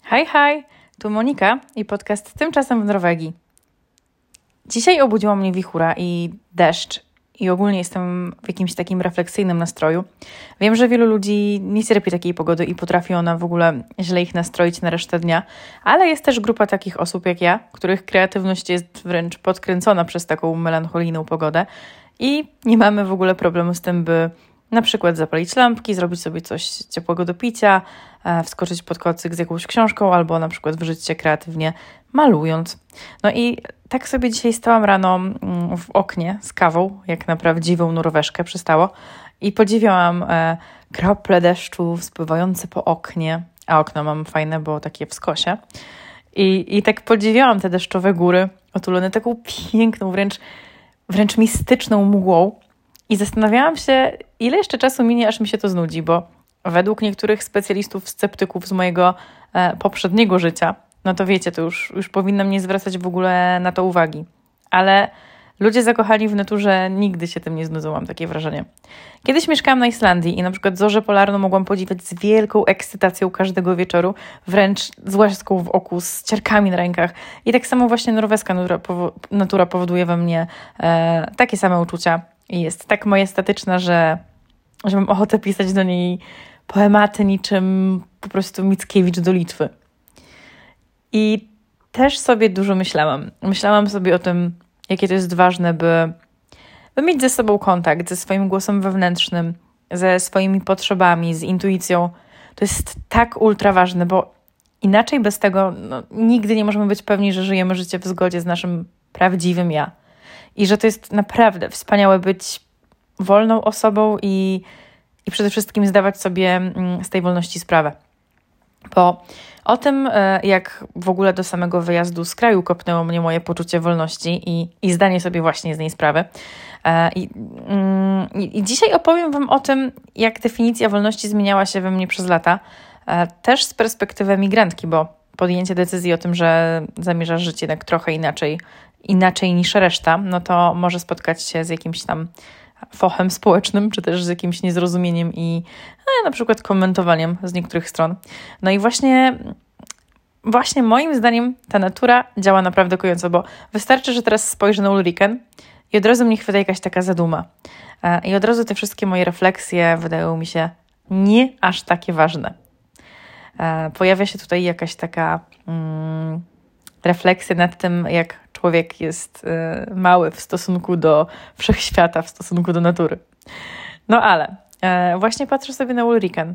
Hi, tu Monika i podcast Tymczasem w Norwegii. Dzisiaj obudziła mnie wichura i deszcz i ogólnie jestem w jakimś takim refleksyjnym nastroju. Wiem, że wielu ludzi nie cierpi takiej pogody i potrafi ona w ogóle źle ich nastroić na resztę dnia, ale jest też grupa takich osób jak ja, których kreatywność jest wręcz podkręcona przez taką melancholijną pogodę i nie mamy w ogóle problemu z tym, by na przykład zapalić lampki, zrobić sobie coś ciepłego do picia, wskoczyć pod kocyk z jakąś książką albo na przykład wyżyć się kreatywnie malując. No i tak sobie dzisiaj stałam rano w oknie z kawą, jak na prawdziwą Norweżkę przystało i podziwiałam krople deszczu spływające po oknie, a okno mam fajne, bo takie w skosie. I tak podziwiałam te deszczowe góry otulone taką piękną, wręcz mistyczną mgłą. I zastanawiałam się, ile jeszcze czasu minie, aż mi się to znudzi, bo według niektórych specjalistów, sceptyków z mojego poprzedniego życia, no to wiecie, to już powinnam nie zwracać w ogóle na to uwagi. Ale ludzie zakochani w naturze nigdy się tym nie znudzą, mam takie wrażenie. Kiedyś mieszkałam na Islandii i na przykład zorzę polarną mogłam podziwiać z wielką ekscytacją każdego wieczoru, wręcz z łezką w oku, z ciarkami na rękach. I tak samo właśnie norweska natura powoduje we mnie takie same uczucia. I jest tak majestatyczna, że mam ochotę pisać do niej poematy niczym po prostu Mickiewicz do Litwy. I też sobie dużo myślałam. Myślałam sobie o tym, jakie to jest ważne, by mieć ze sobą kontakt, ze swoim głosem wewnętrznym, ze swoimi potrzebami, z intuicją. To jest tak ultra ważne, bo inaczej bez tego nigdy nie możemy być pewni, że żyjemy życie w zgodzie z naszym prawdziwym ja. I że to jest naprawdę wspaniałe być wolną osobą i przede wszystkim zdawać sobie z tej wolności sprawę. Bo o tym, jak w ogóle do samego wyjazdu z kraju kopnęło mnie moje poczucie wolności i zdanie sobie właśnie z niej sprawy. I dzisiaj opowiem Wam o tym, jak definicja wolności zmieniała się we mnie przez lata, też z perspektywy emigrantki, bo podjęcie decyzji o tym, że zamierzasz żyć jednak trochę inaczej niż reszta, no to może spotkać się z jakimś tam fochem społecznym, czy też z jakimś niezrozumieniem i na przykład komentowaniem z niektórych stron. No i właśnie moim zdaniem ta natura działa naprawdę kojąco, bo wystarczy, że teraz spojrzę na Ulriken i od razu mnie chwyta jakaś taka zaduma. I od razu te wszystkie moje refleksje wydają mi się nie aż takie ważne. Pojawia się tutaj jakaś taka refleksja nad tym, jak człowiek jest mały w stosunku do wszechświata, w stosunku do natury. No ale właśnie patrzę sobie na Ulriken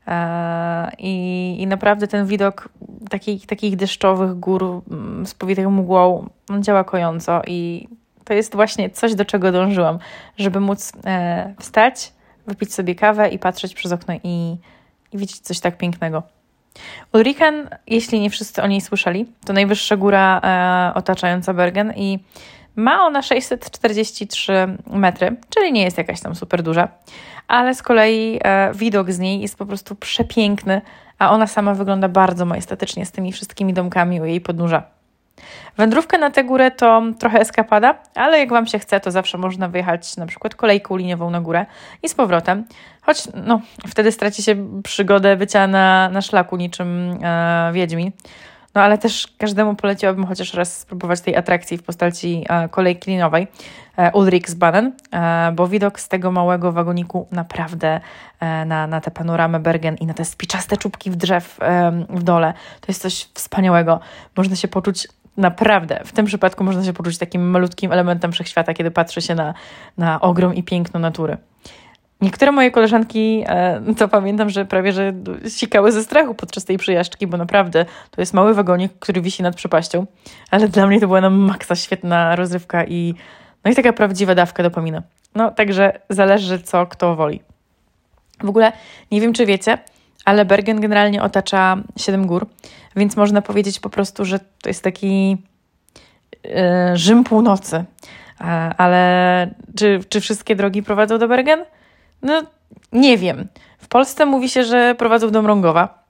i naprawdę ten widok takich deszczowych gór z powitą mgłą działa kojąco i to jest właśnie coś, do czego dążyłam, żeby móc wstać, wypić sobie kawę i patrzeć przez okno i widzieć coś tak pięknego. Ulriken, jeśli nie wszyscy o niej słyszeli, to najwyższa góra otaczająca Bergen i ma ona 643 metry, czyli nie jest jakaś tam super duża, ale z kolei widok z niej jest po prostu przepiękny, a ona sama wygląda bardzo majestatycznie z tymi wszystkimi domkami u jej podnóża. Wędrówka na tę górę to trochę eskapada, ale jak Wam się chce, to zawsze można wyjechać na przykład kolejką liniową na górę i z powrotem, choć wtedy straci się przygodę bycia na szlaku niczym Wiedźmin. No ale też każdemu poleciłabym chociaż raz spróbować tej atrakcji w postaci kolejki liniowej Ulriksbanen, bo widok z tego małego wagoniku naprawdę na tę panoramę Bergen i na te spiczaste czubki drzew w dole, to jest coś wspaniałego. Można się poczuć naprawdę, w tym przypadku można się poczuć takim malutkim elementem wszechświata, kiedy patrzy się na ogrom i piękno natury. Niektóre moje koleżanki, to pamiętam, że prawie że sikały ze strachu podczas tej przejażdżki, bo naprawdę to jest mały wagonik, który wisi nad przepaścią, ale dla mnie to była na maksa świetna rozrywka i taka prawdziwa dawka dopaminy. No także zależy co kto woli. W ogóle nie wiem czy wiecie, ale Bergen generalnie otacza 7 gór, więc można powiedzieć po prostu, że to jest taki Rzym północy. Ale czy wszystkie drogi prowadzą do Bergen? No, nie wiem. W Polsce mówi się, że prowadzą do Mrągowa.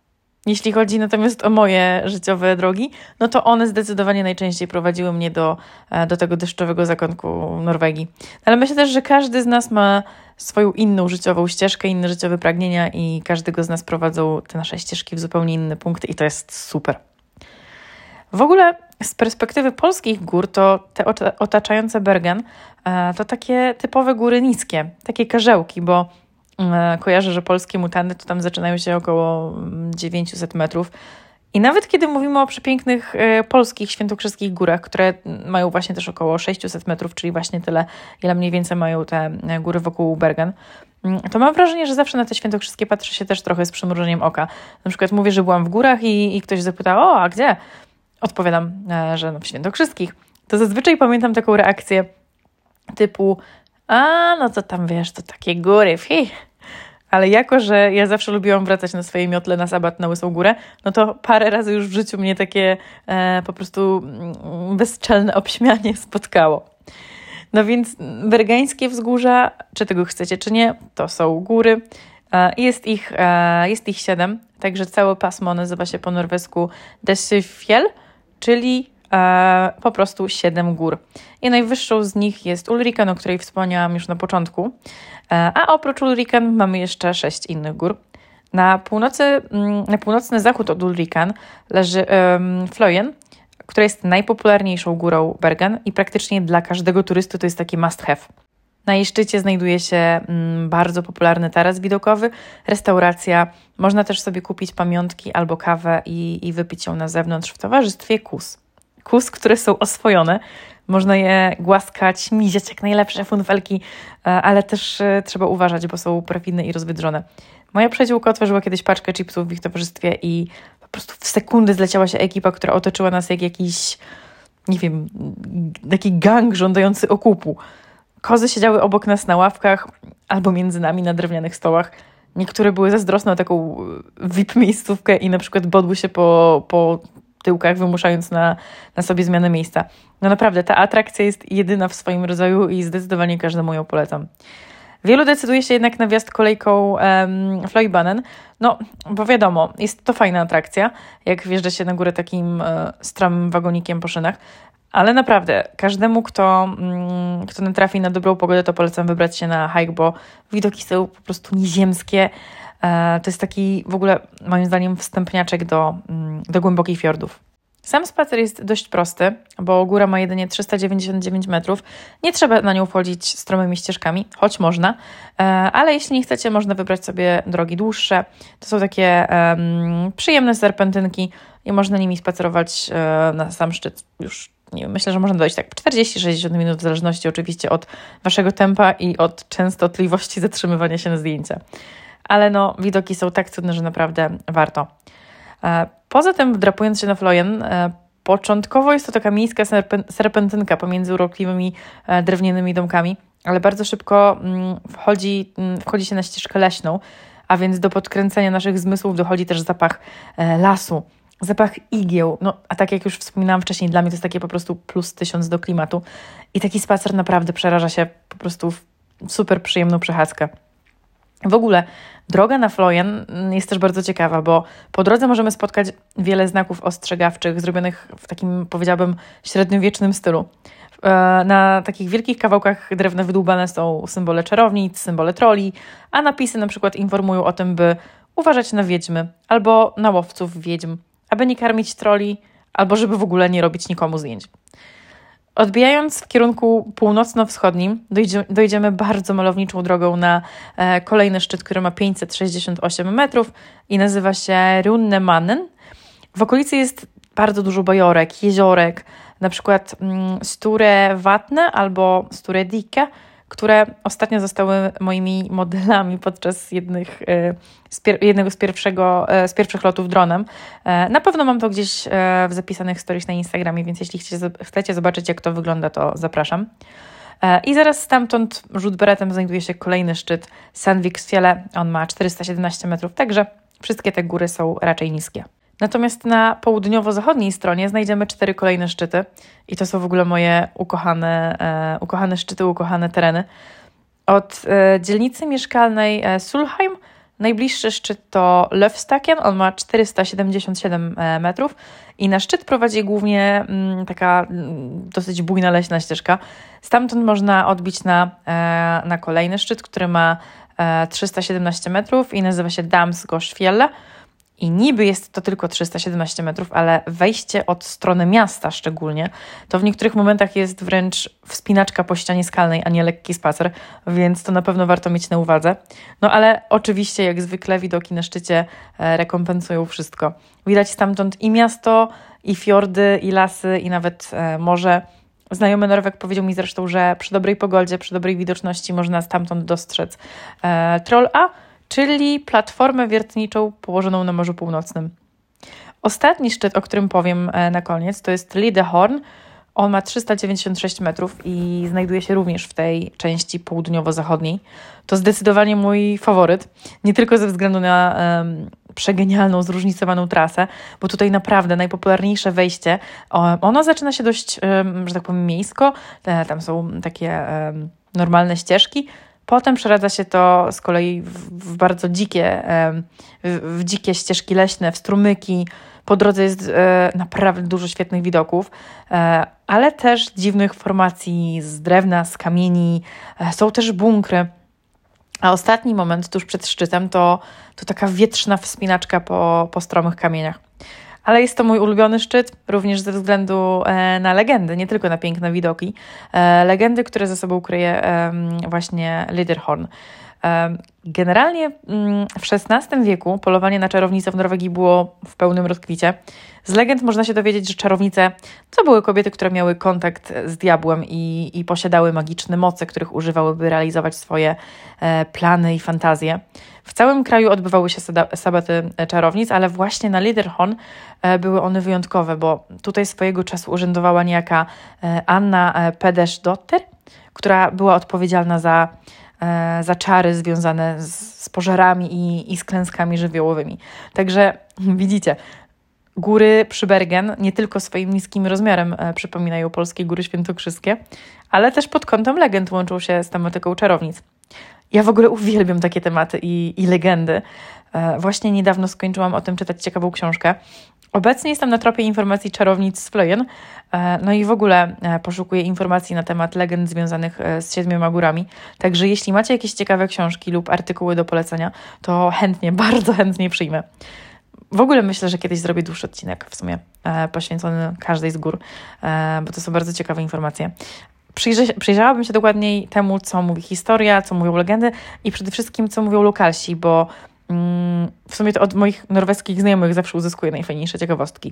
Jeśli chodzi natomiast o moje życiowe drogi, no to one zdecydowanie najczęściej prowadziły mnie do tego deszczowego zakątku Norwegii. Ale myślę też, że każdy z nas ma swoją inną życiową ścieżkę, inne życiowe pragnienia i każdego z nas prowadzą te nasze ścieżki w zupełnie inne punkty i to jest super. W ogóle z perspektywy polskich gór, to te otaczające Bergen to takie typowe góry niskie, takie karzełki, bo kojarzę, że polskie mutany to tam zaczynają się około 900 metrów. I nawet kiedy mówimy o przepięknych polskich świętokrzyskich górach, które mają właśnie też około 600 metrów, czyli właśnie tyle, ile mniej więcej mają te góry wokół Bergen, to mam wrażenie, że zawsze na te świętokrzyskie patrzy się też trochę z przymrużeniem oka. Na przykład mówię, że byłam w górach i ktoś zapyta, o, a gdzie? Odpowiadam, że no w świętokrzyskich. To zazwyczaj pamiętam taką reakcję typu, a no to tam wiesz, to takie góry, fi. Ale jako, że ja zawsze lubiłam wracać na swoje miotle na sabat na Łysą Górę, no to parę razy już w życiu mnie takie po prostu bezczelne obśmianie spotkało. No więc bergańskie wzgórza, czy tego chcecie, czy nie, to są góry. Jest ich 7, także całe pasmo nazywa się po norwesku Dessyfjell, czyli po prostu 7 gór. I najwyższą z nich jest Ulriken, o której wspomniałam już na początku. A oprócz Ulriken mamy jeszcze 6 innych gór. Na północny zachód od Ulriken leży Fløyen, która jest najpopularniejszą górą Bergen i praktycznie dla każdego turysty to jest taki must have. Na jej szczycie znajduje się bardzo popularny taras widokowy, restauracja. Można też sobie kupić pamiątki albo kawę i wypić ją na zewnątrz w towarzystwie kus. Kus, które są oswojone. Można je głaskać, miziać jak najlepsze funfelki, ale też trzeba uważać, bo są perfidne i rozwydrzone. Moja przyjaciółka otworzyła kiedyś paczkę chipsów w ich towarzystwie i po prostu w sekundę zleciała się ekipa, która otoczyła nas jak jakiś, nie wiem, taki gang żądający okupu. Kozy siedziały obok nas na ławkach albo między nami na drewnianych stołach. Niektóre były zazdrosne o taką VIP miejscówkę i na przykład bodły się po tyłkach, wymuszając na sobie zmianę miejsca. No naprawdę, ta atrakcja jest jedyna w swoim rodzaju i zdecydowanie każdemu ją polecam. Wielu decyduje się jednak na wjazd kolejką Fløibanen, no bo wiadomo, jest to fajna atrakcja, jak wjeżdża się na górę takim stromym wagonikiem po szynach, ale naprawdę każdemu, kto natrafi na dobrą pogodę, to polecam wybrać się na hike, bo widoki są po prostu nieziemskie. To jest taki w ogóle moim zdaniem wstępniaczek do głębokich fiordów. Sam spacer jest dość prosty, bo góra ma jedynie 399 metrów. Nie trzeba na nią wchodzić stromymi ścieżkami, choć można, ale jeśli nie chcecie, można wybrać sobie drogi dłuższe. To są takie przyjemne serpentynki i można nimi spacerować na sam szczyt. Już nie wiem, myślę, że można dojść tak 40-60 minut, w zależności oczywiście od waszego tempa i od częstotliwości zatrzymywania się na zdjęcia. Ale no, widoki są tak cudne, że naprawdę warto. Poza tym, wdrapując się na Fløyen, początkowo jest to taka miejska serpentynka pomiędzy urokliwymi drewnianymi domkami, ale bardzo szybko wchodzi się na ścieżkę leśną, a więc do podkręcenia naszych zmysłów dochodzi też zapach lasu, zapach igieł. No, a tak jak już wspominałam wcześniej, dla mnie to jest takie po prostu plus 1000 do klimatu i taki spacer naprawdę przeraża się po prostu w super przyjemną przechadzkę. W ogóle droga na Fløyen jest też bardzo ciekawa, bo po drodze możemy spotkać wiele znaków ostrzegawczych zrobionych w takim, powiedziałabym, średniowiecznym stylu. Na takich wielkich kawałkach drewna wydłubane są symbole czarownic, symbole troli, a napisy na przykład informują o tym, by uważać na wiedźmy albo na łowców wiedźm, aby nie karmić troli, albo żeby w ogóle nie robić nikomu zdjęć. Odbijając w kierunku północno-wschodnim, dojdziemy bardzo malowniczą drogą na kolejny szczyt, który ma 568 metrów i nazywa się Runnemannen. W okolicy jest bardzo dużo bajorek, jeziorek, na przykład Sture Vatne albo Sture Dike, które ostatnio zostały moimi modelami podczas jednego z pierwszych lotów dronem. Na pewno mam to gdzieś w zapisanych stories na Instagramie, więc jeśli chcecie zobaczyć, jak to wygląda, to zapraszam. I zaraz stamtąd rzut beretem znajduje się kolejny szczyt Sandviksfjellet. On ma 417 metrów, także wszystkie te góry są raczej niskie. Natomiast na południowo-zachodniej stronie znajdziemy 4 kolejne szczyty i to są w ogóle moje ukochane szczyty, ukochane tereny. Od dzielnicy mieszkalnej Sulheim Najbliższy szczyt to Löfstacken, on ma 477 metrów i na szczyt prowadzi głównie taka dosyć bujna leśna ścieżka. Stamtąd można odbić na kolejny szczyt, który ma 317 metrów i nazywa się Dammsgårdsfjäll. I niby jest to tylko 317 metrów, ale wejście od strony miasta szczególnie, to w niektórych momentach jest wręcz wspinaczka po ścianie skalnej, a nie lekki spacer, więc to na pewno warto mieć na uwadze. No ale oczywiście jak zwykle widoki na szczycie rekompensują wszystko. Widać stamtąd i miasto, i fiordy, i lasy, i nawet morze. Znajomy Norweg powiedział mi zresztą, że przy dobrej pogodzie, przy dobrej widoczności można stamtąd dostrzec Troll A, czyli platformę wiertniczą położoną na Morzu Północnym. Ostatni szczyt, o którym powiem na koniec, to jest Lidehorn. On ma 396 metrów i znajduje się również w tej części południowo-zachodniej. To zdecydowanie mój faworyt, nie tylko ze względu na przegenialną, zróżnicowaną trasę, bo tutaj naprawdę najpopularniejsze wejście, ono zaczyna się dość, że tak powiem, miejsko. Tam są takie normalne ścieżki. Potem przeradza się to z kolei w bardzo dzikie ścieżki leśne, w strumyki. Po drodze jest naprawdę dużo świetnych widoków, ale też dziwnych formacji z drewna, z kamieni. Są też bunkry. A ostatni moment tuż przed szczytem to taka wietrzna wspinaczka po stromych kamieniach. Ale jest to mój ulubiony szczyt, również ze względu na legendy, nie tylko na piękne widoki. Legendy, które ze sobą kryje właśnie Lidehorn. Generalnie w XVI wieku polowanie na czarownicę w Norwegii było w pełnym rozkwicie. Z legend można się dowiedzieć, że czarownice to były kobiety, które miały kontakt z diabłem i posiadały magiczne moce, których używały, by realizować swoje plany i fantazje. W całym kraju odbywały się sabaty czarownic, ale właśnie na Lidehorn były one wyjątkowe, bo tutaj swojego czasu urzędowała niejaka Anna Pedersdotter, która była odpowiedzialna za czary związane z pożarami i z klęskami żywiołowymi. Także widzicie, góry przy Bergen nie tylko swoim niskim rozmiarem przypominają polskie góry świętokrzyskie, ale też pod kątem legend łączą się z tematyką czarownic. Ja w ogóle uwielbiam takie tematy i legendy. Właśnie niedawno skończyłam o tym czytać ciekawą książkę. Obecnie jestem na tropie informacji czarownic z Fløyen, no i w ogóle poszukuję informacji na temat legend związanych z 7 górami. Także jeśli macie jakieś ciekawe książki lub artykuły do polecenia, to chętnie, bardzo chętnie przyjmę. W ogóle myślę, że kiedyś zrobię dłuższy odcinek w sumie poświęcony każdej z gór, bo to są bardzo ciekawe informacje. Przyjrzałabym się dokładniej temu, co mówi historia, co mówią legendy i przede wszystkim, co mówią lokalsi, bo w sumie to od moich norweskich znajomych zawsze uzyskuję najfajniejsze ciekawostki.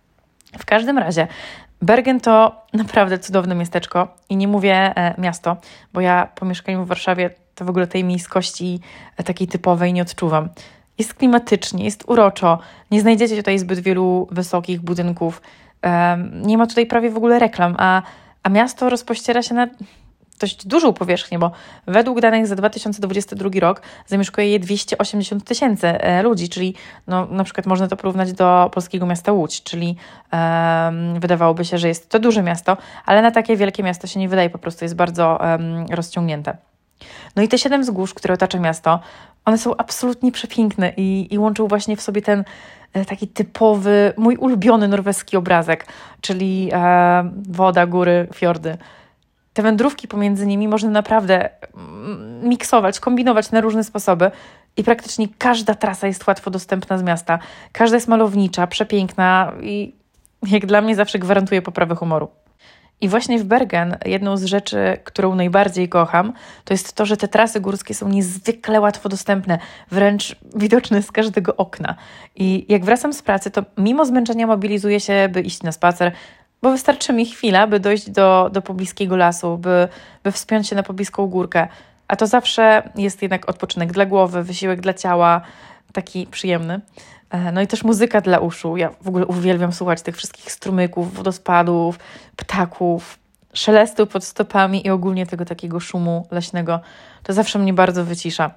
W każdym razie Bergen to naprawdę cudowne miasteczko i nie mówię miasto, bo ja po mieszkaniu w Warszawie to w ogóle tej miejskości takiej typowej nie odczuwam. Jest klimatycznie, jest uroczo, nie znajdziecie tutaj zbyt wielu wysokich budynków, nie ma tutaj prawie w ogóle reklam, a miasto rozpościera się na dość dużą powierzchnię, bo według danych za 2022 rok zamieszkuje je 280 000 ludzi, czyli no, na przykład można to porównać do polskiego miasta Łódź, czyli wydawałoby się, że jest to duże miasto, ale na takie wielkie miasto się nie wydaje, po prostu jest bardzo rozciągnięte. No i te 7 wzgórz, które otacza miasto, one są absolutnie przepiękne i łączą właśnie w sobie ten taki typowy, mój ulubiony norweski obrazek, czyli woda, góry, fiordy. Te wędrówki pomiędzy nimi można naprawdę miksować, kombinować na różne sposoby i praktycznie każda trasa jest łatwo dostępna z miasta. Każda jest malownicza, przepiękna i jak dla mnie zawsze gwarantuje poprawę humoru. I właśnie w Bergen jedną z rzeczy, którą najbardziej kocham, to jest to, że te trasy górskie są niezwykle łatwo dostępne, wręcz widoczne z każdego okna. I jak wracam z pracy, to mimo zmęczenia mobilizuję się, by iść na spacer, bo wystarczy mi chwila, by dojść do pobliskiego lasu, by wspiąć się na pobliską górkę. A to zawsze jest jednak odpoczynek dla głowy, wysiłek dla ciała, taki przyjemny. No i też muzyka dla uszu. Ja w ogóle uwielbiam słuchać tych wszystkich strumyków, wodospadów, ptaków, szelestu pod stopami i ogólnie tego takiego szumu leśnego. To zawsze mnie bardzo wycisza.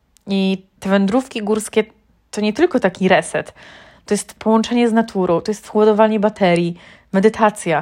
I te wędrówki górskie to nie tylko taki reset. To jest połączenie z naturą, to jest ładowanie baterii, medytacja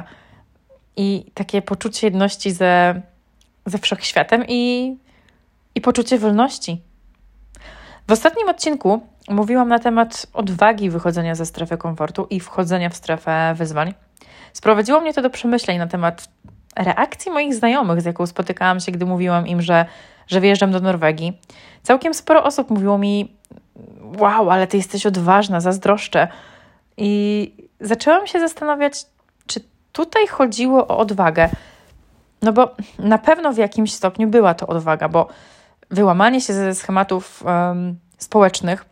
i takie poczucie jedności ze wszechświatem i poczucie wolności. W ostatnim odcinku mówiłam na temat odwagi wychodzenia ze strefy komfortu i wchodzenia w strefę wyzwań. Sprowadziło mnie to do przemyśleń na temat reakcji moich znajomych, z jaką spotykałam się, gdy mówiłam im, że wyjeżdżam do Norwegii. Całkiem sporo osób mówiło mi: wow, ale ty jesteś odważna, zazdroszczę. I zaczęłam się zastanawiać, czy tutaj chodziło o odwagę. No bo na pewno w jakimś stopniu była to odwaga, bo wyłamanie się ze schematów społecznych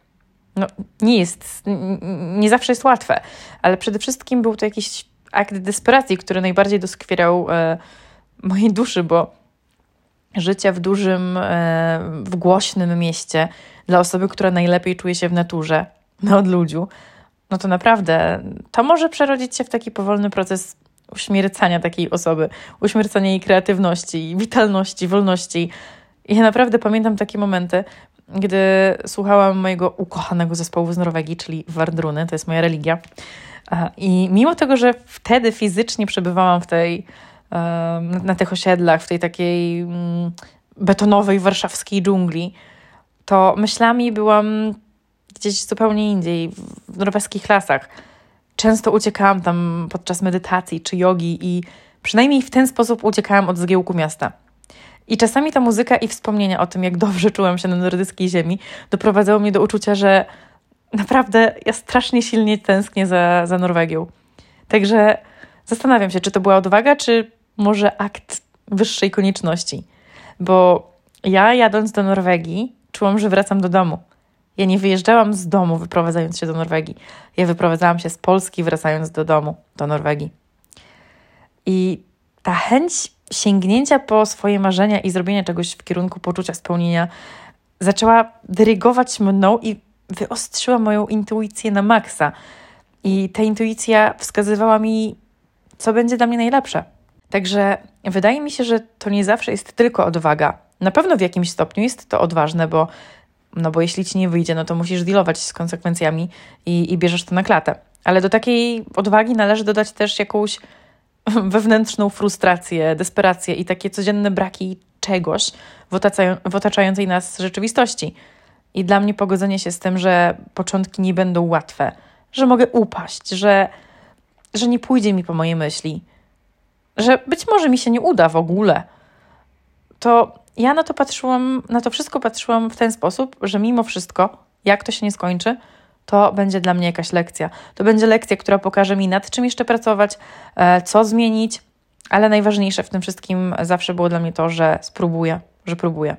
nie zawsze jest łatwe, ale przede wszystkim był to jakiś akt desperacji, który najbardziej doskwierał mojej duszy, bo życie w dużym, w głośnym mieście dla osoby, która najlepiej czuje się w naturze, na odludziu, no to naprawdę to może przerodzić się w taki powolny proces uśmiercania takiej osoby, uśmiercania jej kreatywności, witalności, wolności. I ja naprawdę pamiętam takie momenty, gdy słuchałam mojego ukochanego zespołu z Norwegii, czyli Wardruny, to jest moja religia. I mimo tego, że wtedy fizycznie przebywałam na tych osiedlach, w tej takiej betonowej warszawskiej dżungli, to myślami byłam gdzieś zupełnie indziej, w norweskich lasach. Często uciekałam tam podczas medytacji czy jogi i przynajmniej w ten sposób uciekałam od zgiełku miasta. I czasami ta muzyka i wspomnienia o tym, jak dobrze czułam się na nordyckiej ziemi, doprowadzało mnie do uczucia, że naprawdę ja strasznie silnie tęsknię za Norwegią. Także zastanawiam się, czy to była odwaga, czy może akt wyższej konieczności. Bo ja, jadąc do Norwegii, czułam, że wracam do domu. Ja nie wyjeżdżałam z domu, wyprowadzając się do Norwegii. Ja wyprowadzałam się z Polski, wracając do domu, do Norwegii. I ta chęć sięgnięcia po swoje marzenia i zrobienia czegoś w kierunku poczucia spełnienia zaczęła dyrygować mną i wyostrzyła moją intuicję na maksa. I ta intuicja wskazywała mi, co będzie dla mnie najlepsze. Także wydaje mi się, że to nie zawsze jest tylko odwaga. Na pewno w jakimś stopniu jest to odważne, bo jeśli ci nie wyjdzie, no to musisz dealować z konsekwencjami i bierzesz to na klatę. Ale do takiej odwagi należy dodać też jakąś wewnętrzną frustrację, desperację i takie codzienne braki czegoś w otaczającej nas rzeczywistości. I dla mnie pogodzenie się z tym, że początki nie będą łatwe, że mogę upaść, że nie pójdzie mi po mojej myśli, że być może mi się nie uda w ogóle, to ja na to wszystko patrzyłam w ten sposób, że mimo wszystko, jak to się nie skończy, to będzie dla mnie jakaś lekcja. To będzie lekcja, która pokaże mi, nad czym jeszcze pracować, co zmienić, ale najważniejsze w tym wszystkim zawsze było dla mnie to, że próbuję.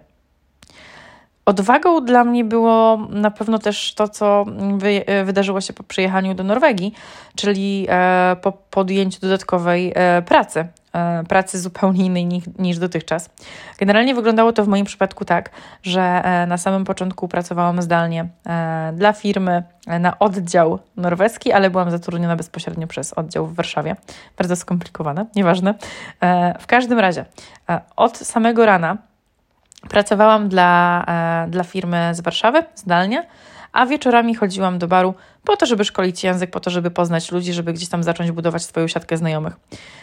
Odwagą dla mnie było na pewno też to, co wydarzyło się po przyjechaniu do Norwegii, czyli po podjęciu dodatkowej pracy zupełnie innej niż dotychczas. Generalnie wyglądało to w moim przypadku tak, że na samym początku pracowałam zdalnie dla firmy na oddział norweski, ale byłam zatrudniona bezpośrednio przez oddział w Warszawie. Bardzo skomplikowane, nieważne. W każdym razie od samego rana pracowałam dla firmy z Warszawy zdalnie, a wieczorami chodziłam do baru po to, żeby szkolić język, po to, żeby poznać ludzi, żeby gdzieś tam zacząć budować swoją siatkę znajomych.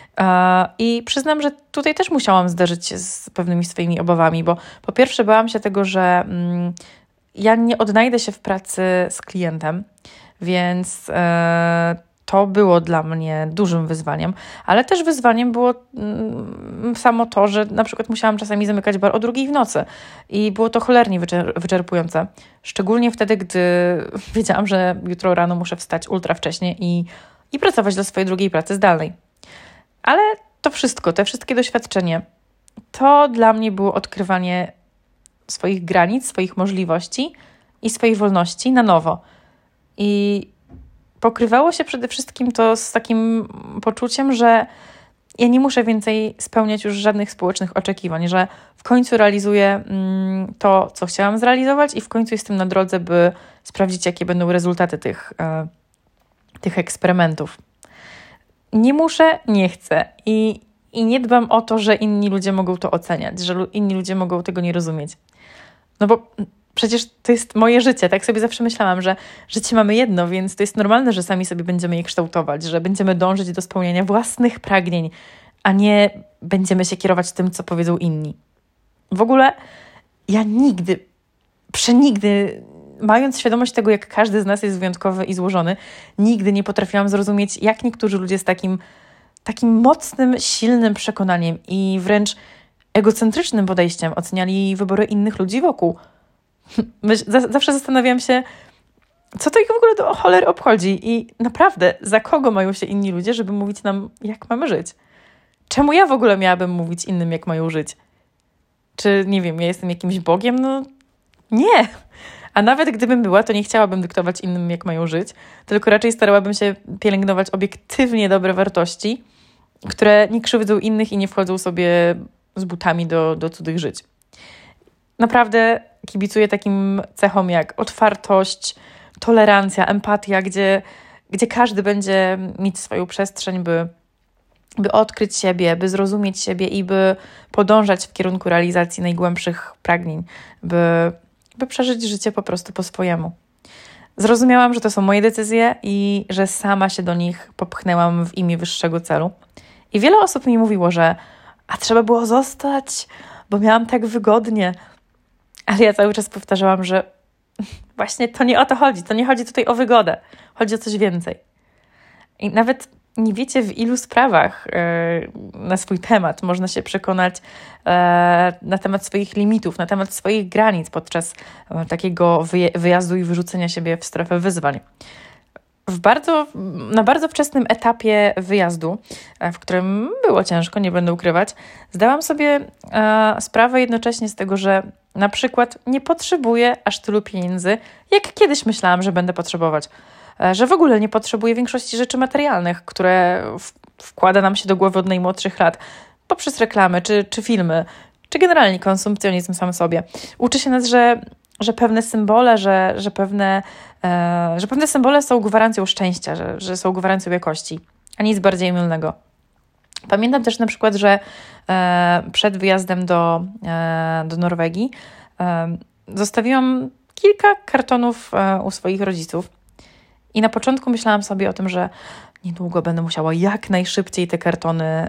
I przyznam, że tutaj też musiałam zderzyć się z pewnymi swoimi obawami, bo po pierwsze bałam się tego, że ja nie odnajdę się w pracy z klientem, więc to było dla mnie dużym wyzwaniem, ale też wyzwaniem było samo to, że na przykład musiałam czasami zamykać bar o 2:00 w nocy i było to cholernie wyczerpujące. Szczególnie wtedy, gdy wiedziałam, że jutro rano muszę wstać ultra wcześnie i pracować do swojej drugiej pracy zdalnej. Ale to wszystko, te wszystkie doświadczenie, to dla mnie było odkrywanie swoich granic, swoich możliwości i swojej wolności na nowo. I pokrywało się przede wszystkim to z takim poczuciem, że ja nie muszę więcej spełniać już żadnych społecznych oczekiwań, że w końcu realizuję to, co chciałam zrealizować i w końcu jestem na drodze, by sprawdzić, jakie będą rezultaty tych eksperymentów. Nie muszę, nie chcę i nie dbam o to, że inni ludzie mogą to oceniać, że inni ludzie mogą tego nie rozumieć. No bo przecież to jest moje życie, tak sobie zawsze myślałam, że życie mamy jedno, więc to jest normalne, że sami sobie będziemy je kształtować, że będziemy dążyć do spełniania własnych pragnień, a nie będziemy się kierować tym, co powiedzą inni. W ogóle ja nigdy, przenigdy mając świadomość tego, jak każdy z nas jest wyjątkowy i złożony, nigdy nie potrafiłam zrozumieć, jak niektórzy ludzie z takim mocnym, silnym przekonaniem i wręcz egocentrycznym podejściem oceniali wybory innych ludzi wokół. Zawsze zastanawiam się, co to ich w ogóle do cholery obchodzi i naprawdę, za kogo mają się inni ludzie, żeby mówić nam, jak mamy żyć? Czemu ja w ogóle miałabym mówić innym, jak mają żyć? Czy, nie wiem, ja jestem jakimś Bogiem? No nie. A nawet gdybym była, to nie chciałabym dyktować innym, jak mają żyć, tylko raczej starałabym się pielęgnować obiektywnie dobre wartości, które nie krzywdzą innych i nie wchodzą sobie z butami do cudzych żyć. Naprawdę kibicuję takim cechom jak otwartość, tolerancja, empatia, gdzie każdy będzie mieć swoją przestrzeń, by odkryć siebie, by zrozumieć siebie i by podążać w kierunku realizacji najgłębszych pragnień, by przeżyć życie po prostu po swojemu. Zrozumiałam, że to są moje decyzje i że sama się do nich popchnęłam w imię wyższego celu. I wiele osób mi mówiło, że trzeba było zostać, bo miałam tak wygodnie. Ale ja cały czas powtarzałam, że właśnie to nie o to chodzi. To nie chodzi tutaj o wygodę. Chodzi o coś więcej. I nawet nie wiecie, w ilu sprawach na swój temat można się przekonać na temat swoich limitów, na temat swoich granic podczas takiego wyjazdu i wyrzucenia siebie w strefę wyzwań. Na bardzo wczesnym etapie wyjazdu, w którym było ciężko, nie będę ukrywać, zdałam sobie sprawę jednocześnie z tego, że na przykład nie potrzebuję aż tylu pieniędzy, jak kiedyś myślałam, że będę potrzebować. Że w ogóle nie potrzebuję większości rzeczy materialnych, które wkłada nam się do głowy od najmłodszych lat, poprzez reklamy, czy filmy, czy generalnie konsumpcjonizm sam sobie. Uczy się nas, że pewne symbole, że pewne symbole są gwarancją szczęścia, że są gwarancją jakości, a nic bardziej mylnego. Pamiętam też na przykład, że przed wyjazdem do Norwegii zostawiłam kilka kartonów u swoich rodziców i na początku myślałam sobie o tym, że niedługo będę musiała jak najszybciej te kartony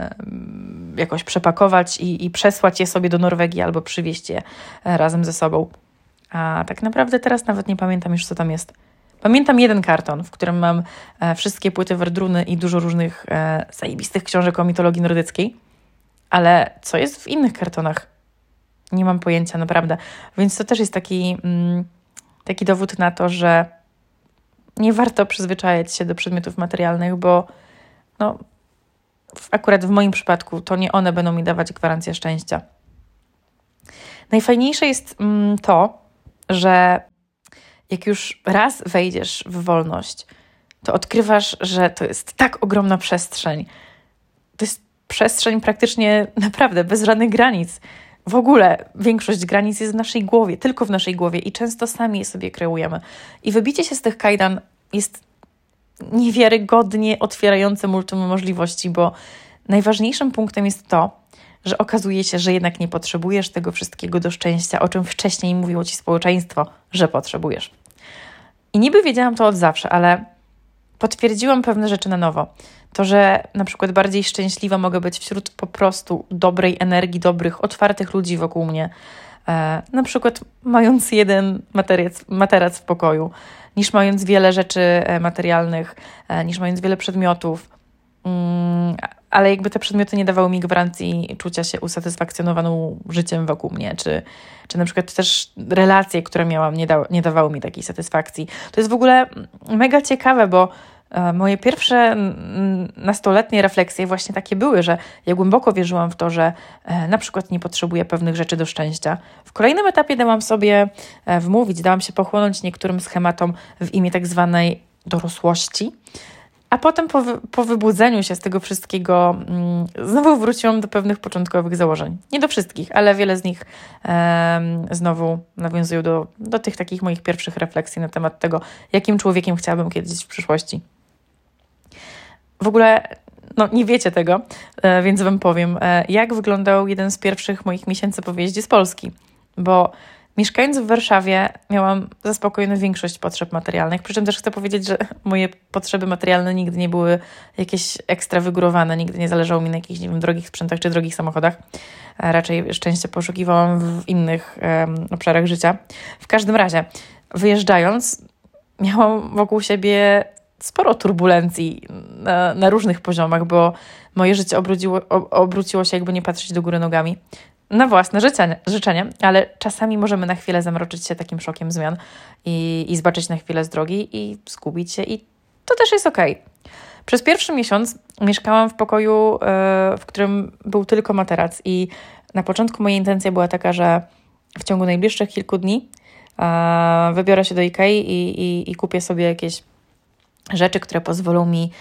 jakoś przepakować i przesłać je sobie do Norwegii albo przywieźć je razem ze sobą. A tak naprawdę teraz nawet nie pamiętam już, co tam jest. Pamiętam jeden karton, w którym mam wszystkie płyty Werdruny i dużo różnych zajebistych książek o mitologii nordyckiej. Ale co jest w innych kartonach? Nie mam pojęcia, naprawdę. Więc to też jest taki dowód na to, że nie warto przyzwyczajać się do przedmiotów materialnych, bo akurat w moim przypadku to nie one będą mi dawać gwarancję szczęścia. Najfajniejsze jest to, że jak już raz wejdziesz w wolność, to odkrywasz, że to jest tak ogromna przestrzeń. To jest przestrzeń praktycznie naprawdę bez żadnych granic. W ogóle większość granic jest w naszej głowie, tylko w naszej głowie i często sami je sobie kreujemy. I wybicie się z tych kajdan jest niewiarygodnie otwierające multum możliwości, bo najważniejszym punktem jest to, że okazuje się, że jednak nie potrzebujesz tego wszystkiego do szczęścia, o czym wcześniej mówiło ci społeczeństwo, że potrzebujesz. I niby wiedziałam to od zawsze, ale potwierdziłam pewne rzeczy na nowo. To, że na przykład bardziej szczęśliwa mogę być wśród po prostu dobrej energii, dobrych, otwartych ludzi wokół mnie. Na przykład mając jeden materac w pokoju, niż mając wiele rzeczy materialnych, niż mając wiele przedmiotów. Ale jakby te przedmioty nie dawały mi gwarancji czucia się usatysfakcjonowaną życiem wokół mnie, czy na przykład też relacje, które miałam, nie dawały mi takiej satysfakcji. To jest w ogóle mega ciekawe, bo moje pierwsze nastoletnie refleksje właśnie takie były, że ja głęboko wierzyłam w to, że na przykład nie potrzebuję pewnych rzeczy do szczęścia. W kolejnym etapie dałam sobie dałam się pochłonąć niektórym schematom w imię tak zwanej dorosłości, a potem po wybudzeniu się z tego wszystkiego znowu wróciłam do pewnych początkowych założeń. Nie do wszystkich, ale wiele z nich znowu nawiązują do tych takich moich pierwszych refleksji na temat tego, jakim człowiekiem chciałabym kiedyś w przyszłości. W ogóle nie wiecie tego, więc wam powiem, jak wyglądał jeden z pierwszych moich miesięcy po wyjeździe z Polski. Bo Mieszkając w Warszawie miałam zaspokojoną większość potrzeb materialnych, przy czym też chcę powiedzieć, że moje potrzeby materialne nigdy nie były jakieś ekstra wygórowane, nigdy nie zależało mi na jakichś, nie wiem, drogich sprzętach czy drogich samochodach. Raczej szczęście poszukiwałam w innych obszarach życia. W każdym razie, wyjeżdżając, miałam wokół siebie sporo turbulencji na różnych poziomach, bo moje życie obróciło się, jakby nie patrzeć do góry nogami, na własne życzenie, ale czasami możemy na chwilę zamroczyć się takim szokiem zmian i zbaczyć na chwilę z drogi i zgubić się i to też jest okej. Przez pierwszy miesiąc mieszkałam w pokoju, w którym był tylko materac i na początku moja intencja była taka, że w ciągu najbliższych kilku dni wybiorę się do Ikei i kupię sobie jakieś rzeczy, które pozwolą mi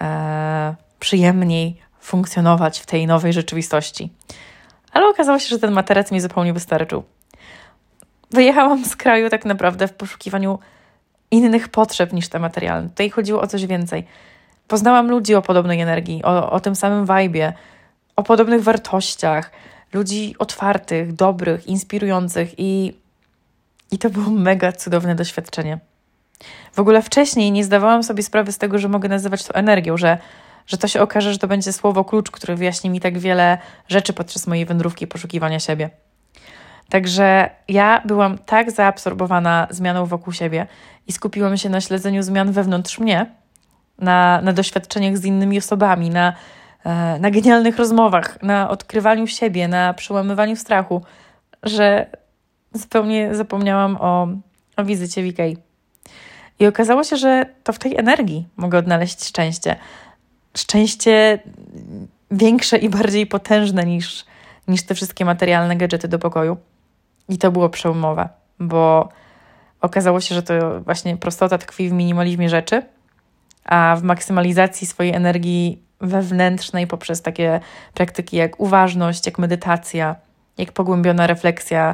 przyjemniej funkcjonować w tej nowej rzeczywistości. Ale okazało się, że ten materac mi zupełnie wystarczył. Wyjechałam z kraju tak naprawdę w poszukiwaniu innych potrzeb niż te materialne. Tutaj chodziło o coś więcej. Poznałam ludzi o podobnej energii, o tym samym vibe'ie, o podobnych wartościach, ludzi otwartych, dobrych, inspirujących i to było mega cudowne doświadczenie. W ogóle wcześniej nie zdawałam sobie sprawy z tego, że mogę nazywać to energią, że to się okaże, że to będzie słowo klucz, które wyjaśni mi tak wiele rzeczy podczas mojej wędrówki i poszukiwania siebie. Także ja byłam tak zaabsorbowana zmianą wokół siebie i skupiłam się na śledzeniu zmian wewnątrz mnie, na doświadczeniach z innymi osobami, na genialnych rozmowach, na odkrywaniu siebie, na przełamywaniu strachu, że zupełnie zapomniałam o wizycie w Ikei. I okazało się, że to w tej energii mogę odnaleźć szczęście. Szczęście większe i bardziej potężne niż te wszystkie materialne gadżety do pokoju. I to było przełomowe, bo okazało się, że to właśnie prostota tkwi w minimalizmie rzeczy, a w maksymalizacji swojej energii wewnętrznej poprzez takie praktyki jak uważność, jak medytacja, jak pogłębiona refleksja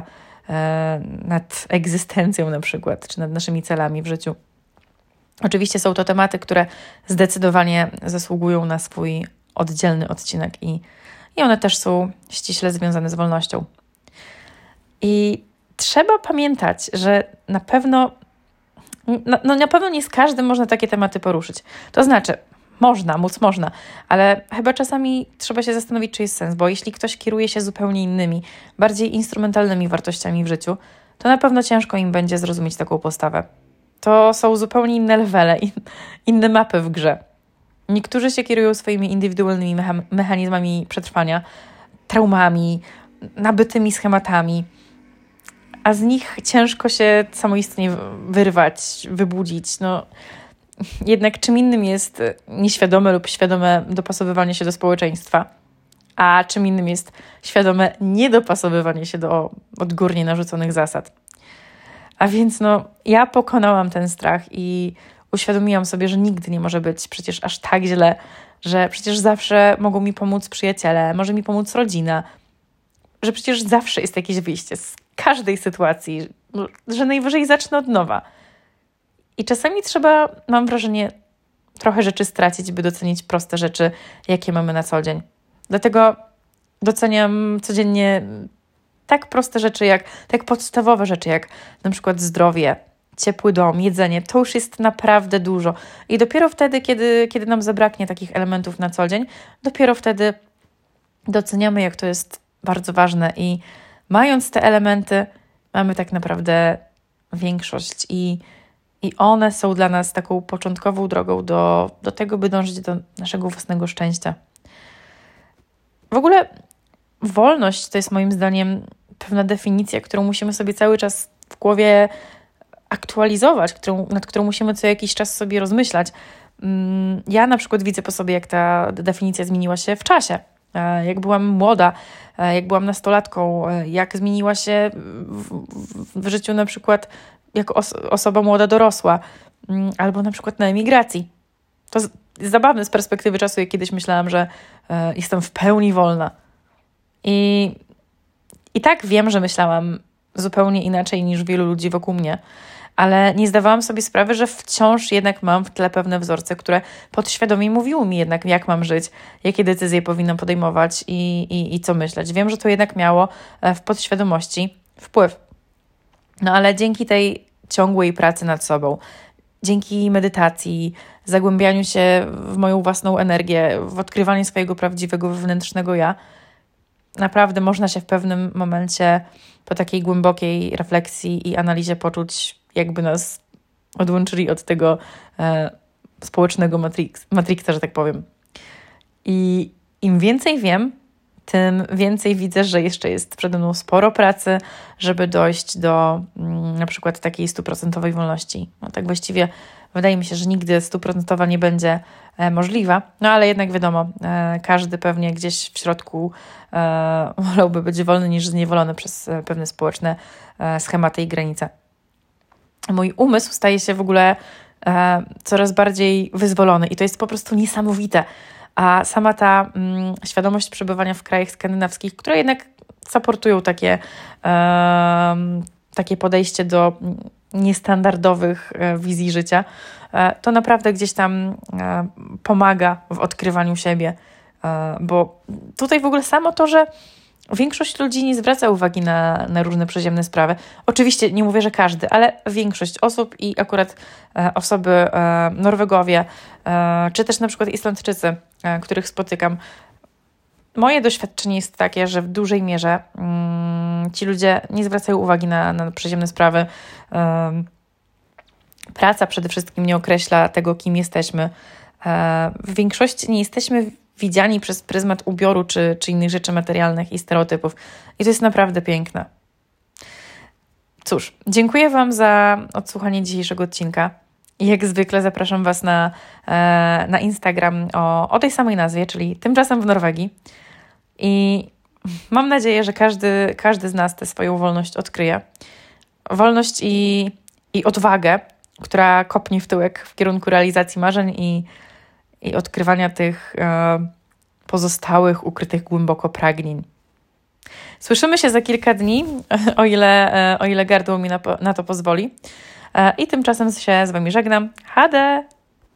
nad egzystencją na przykład, czy nad naszymi celami w życiu. Oczywiście są to tematy, które zdecydowanie zasługują na swój oddzielny odcinek i one też są ściśle związane z wolnością. I trzeba pamiętać, że na pewno nie z każdym można takie tematy poruszyć. To znaczy, można, ale chyba czasami trzeba się zastanowić, czy jest sens, bo jeśli ktoś kieruje się zupełnie innymi, bardziej instrumentalnymi wartościami w życiu, to na pewno ciężko im będzie zrozumieć taką postawę. To są zupełnie inne levele, inne mapy w grze. Niektórzy się kierują swoimi indywidualnymi mechanizmami przetrwania, traumami, nabytymi schematami, a z nich ciężko się samoistnie wyrwać, wybudzić. Jednak czym innym jest nieświadome lub świadome dopasowywanie się do społeczeństwa, a czym innym jest świadome niedopasowywanie się do odgórnie narzuconych zasad. A więc ja pokonałam ten strach i uświadomiłam sobie, że nigdy nie może być przecież aż tak źle, że przecież zawsze mogą mi pomóc przyjaciele, może mi pomóc rodzina, że przecież zawsze jest jakieś wyjście z każdej sytuacji, że najwyżej zacznę od nowa. I czasami trzeba, mam wrażenie, trochę rzeczy stracić, by docenić proste rzeczy, jakie mamy na co dzień. Dlatego doceniam codziennie tak proste rzeczy, tak podstawowe rzeczy, jak na przykład zdrowie, ciepły dom, jedzenie. To już jest naprawdę dużo. I dopiero wtedy, kiedy nam zabraknie takich elementów na co dzień, dopiero wtedy doceniamy, jak to jest bardzo ważne. I mając te elementy, mamy tak naprawdę większość i one są dla nas taką początkową drogą do tego, by dążyć do naszego własnego szczęścia. W ogóle wolność to jest moim zdaniem pewna definicja, którą musimy sobie cały czas w głowie aktualizować, nad którą musimy co jakiś czas sobie rozmyślać. Ja na przykład widzę po sobie, jak ta definicja zmieniła się w czasie. Jak byłam młoda, jak byłam nastolatką, jak zmieniła się w życiu na przykład jako osoba młoda, dorosła, albo na przykład na emigracji. To jest zabawne z perspektywy czasu, jak kiedyś myślałam, że jestem w pełni wolna. I tak wiem, że myślałam zupełnie inaczej niż wielu ludzi wokół mnie, ale nie zdawałam sobie sprawy, że wciąż jednak mam w tle pewne wzorce, które podświadomie mówiły mi jednak, jak mam żyć, jakie decyzje powinnam podejmować i co myśleć. Wiem, że to jednak miało w podświadomości wpływ. No ale dzięki tej ciągłej pracy nad sobą, dzięki medytacji, zagłębianiu się w moją własną energię, w odkrywanie swojego prawdziwego wewnętrznego ja, naprawdę można się w pewnym momencie po takiej głębokiej refleksji i analizie poczuć, jakby nas odłączyli od tego społecznego Matrixa, że tak powiem. I im więcej wiem, tym więcej widzę, że jeszcze jest przede mną sporo pracy, żeby dojść do na przykład takiej 100% wolności. No tak właściwie wydaje mi się, że nigdy 100% nie będzie możliwa, no ale jednak wiadomo, każdy pewnie gdzieś w środku wolałby być wolny niż zniewolony przez pewne społeczne schematy i granice. Mój umysł staje się w ogóle coraz bardziej wyzwolony i to jest po prostu niesamowite. A sama ta świadomość przebywania w krajach skandynawskich, które jednak supportują takie podejście do niestandardowych wizji życia, to naprawdę gdzieś tam pomaga w odkrywaniu siebie, bo tutaj w ogóle samo to, że większość ludzi nie zwraca uwagi na różne przyziemne sprawy. Oczywiście nie mówię, że każdy, ale większość osób i akurat osoby Norwegowie, czy też na przykład Islandczycy, których spotykam. Moje doświadczenie jest takie, że w dużej mierze ci ludzie nie zwracają uwagi na przyziemne sprawy. Praca przede wszystkim nie określa tego, kim jesteśmy. W większości nie jesteśmy widziani przez pryzmat ubioru czy innych rzeczy materialnych i stereotypów. I to jest naprawdę piękne. Cóż, dziękuję Wam za odsłuchanie dzisiejszego odcinka. I jak zwykle zapraszam Was na Instagram o tej samej nazwie, czyli Tymczasem w Norwegii. I mam nadzieję, że każdy z nas tę swoją wolność odkryje. Wolność i odwagę, która kopnie w tyłek w kierunku realizacji marzeń i odkrywania tych pozostałych, ukrytych głęboko pragnień. Słyszymy się za kilka dni, o ile gardło mi na to pozwoli. I tymczasem się z Wami żegnam. Hade!